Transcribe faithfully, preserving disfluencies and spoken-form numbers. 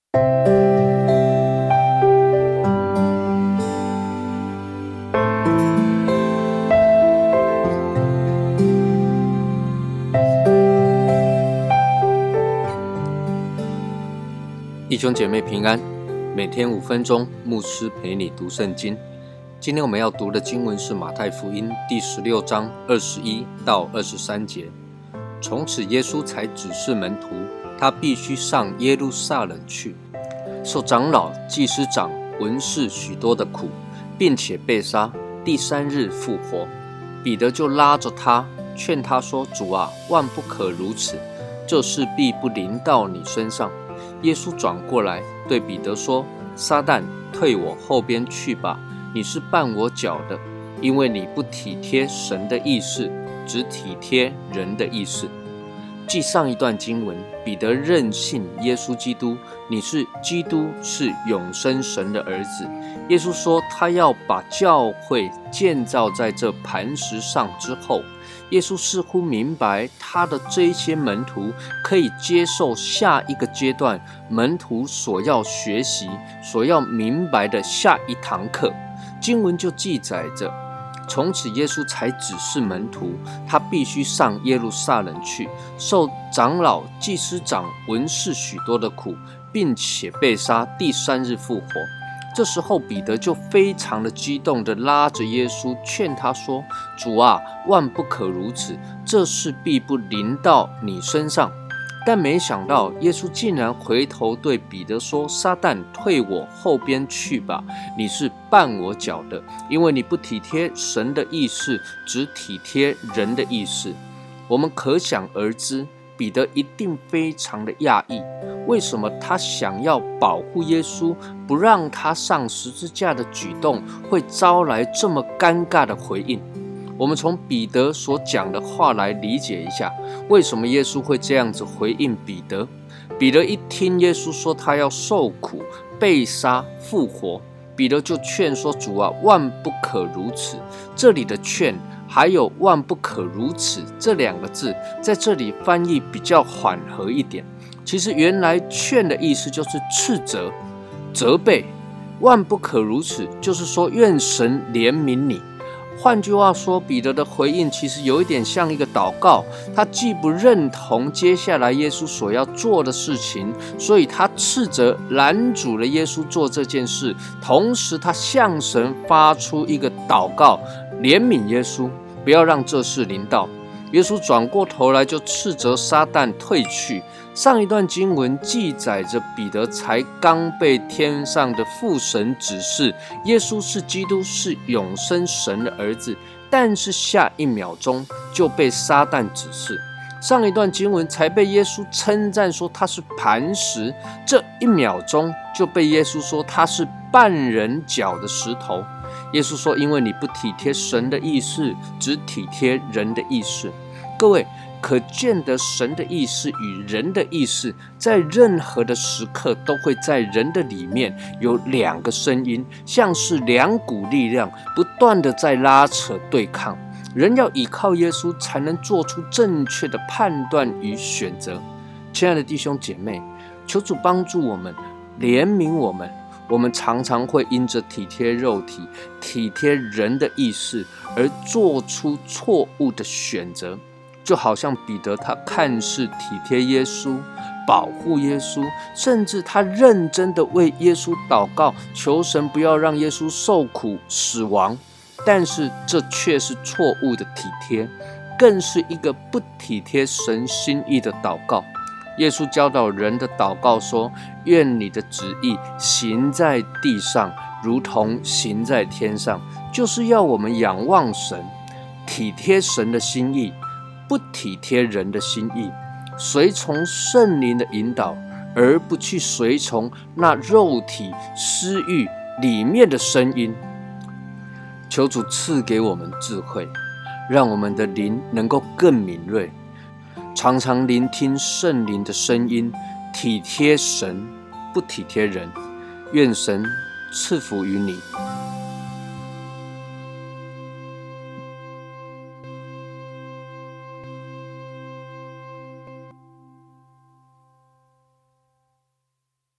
弟兄姐妹平安，每天五分钟，牧师陪你读圣经。今天我们要读的经文是马太福音第十六章二十一到二十三节。从此耶稣才指示门徒，他必须上耶路撒冷去，受长老、祭司长、文士许多的苦，并且被杀，第三日复活。彼得就拉着他，劝他说：主啊，万不可如此，这事必不临到你身上。耶稣转过来对彼得说：撒旦，退我后边去吧，你是绊我脚的，因为你不体贴神的意思，只体贴人的意思。继上一段经文，彼得认信耶稣基督，你是基督，是永生神的儿子。耶稣说他要把教会建造在这磐石上之后，耶稣似乎明白他的这一些门徒可以接受下一个阶段门徒所要学习、所要明白的下一堂课。经文就记载着，从此耶稣才指示门徒，他必须上耶路撒冷去，受长老、祭司长、文士许多的苦，并且被杀，第三日复活。这时候彼得就非常的激动地拉着耶稣，劝他说：主啊，万不可如此，这事必不临到你身上。但没想到耶稣竟然回头对彼得说：撒旦，退我后边去吧，你是绊我脚的，因为你不体贴神的意思，只体贴人的意思。我们可想而知，彼得一定非常的讶异，为什么他想要保护耶稣，不让他上十字架的举动会招来这么尴尬的回应？我们从彼得所讲的话来理解一下，为什么耶稣会这样子回应彼得。彼得一听耶稣说他要受苦、被杀、复活，彼得就劝说：主啊，万不可如此。这里的劝还有万不可如此这两个字，在这里翻译比较缓和一点。其实原来劝的意思就是斥责、责备，万不可如此就是说愿神怜悯你。换句话说，彼得的回应其实有一点像一个祷告，他既不认同接下来耶稣所要做的事情，所以他斥责拦阻了耶稣做这件事，同时他向神发出一个祷告，怜悯耶稣，不要让这事临到。耶稣转过头来就斥责撒旦退去。上一段经文记载着彼得才刚被天上的父神指示耶稣是基督，是永生神的儿子，但是下一秒钟就被撒旦指示。上一段经文才被耶稣称赞说他是磐石，这一秒钟就被耶稣说他是绊人脚的石头。耶稣说，因为你不体贴神的意思，只体贴人的意思。各位，可见得神的意思与人的意思，在任何的时刻都会在人的里面有两个声音，像是两股力量不断的在拉扯对抗。人要依靠耶稣才能做出正确的判断与选择。亲爱的弟兄姐妹，求主帮助我们，怜悯我们。我们常常会因着体贴肉体、体贴人的意思而做出错误的选择，就好像彼得他看似体贴耶稣、保护耶稣，甚至他认真的为耶稣祷告，求神不要让耶稣受苦死亡，但是这却是错误的体贴，更是一个不体贴神心意的祷告。耶稣教导人的祷告说：愿你的旨意行在地上，如同行在天上，就是要我们仰望神，体贴神的心意，不体贴人的心意，随从圣灵的引导，而不去随从那肉体私欲里面的声音。求主赐给我们智慧，让我们的灵能够更敏锐，常常聆听圣灵的声音，体贴神，不体贴人。愿神赐福于你。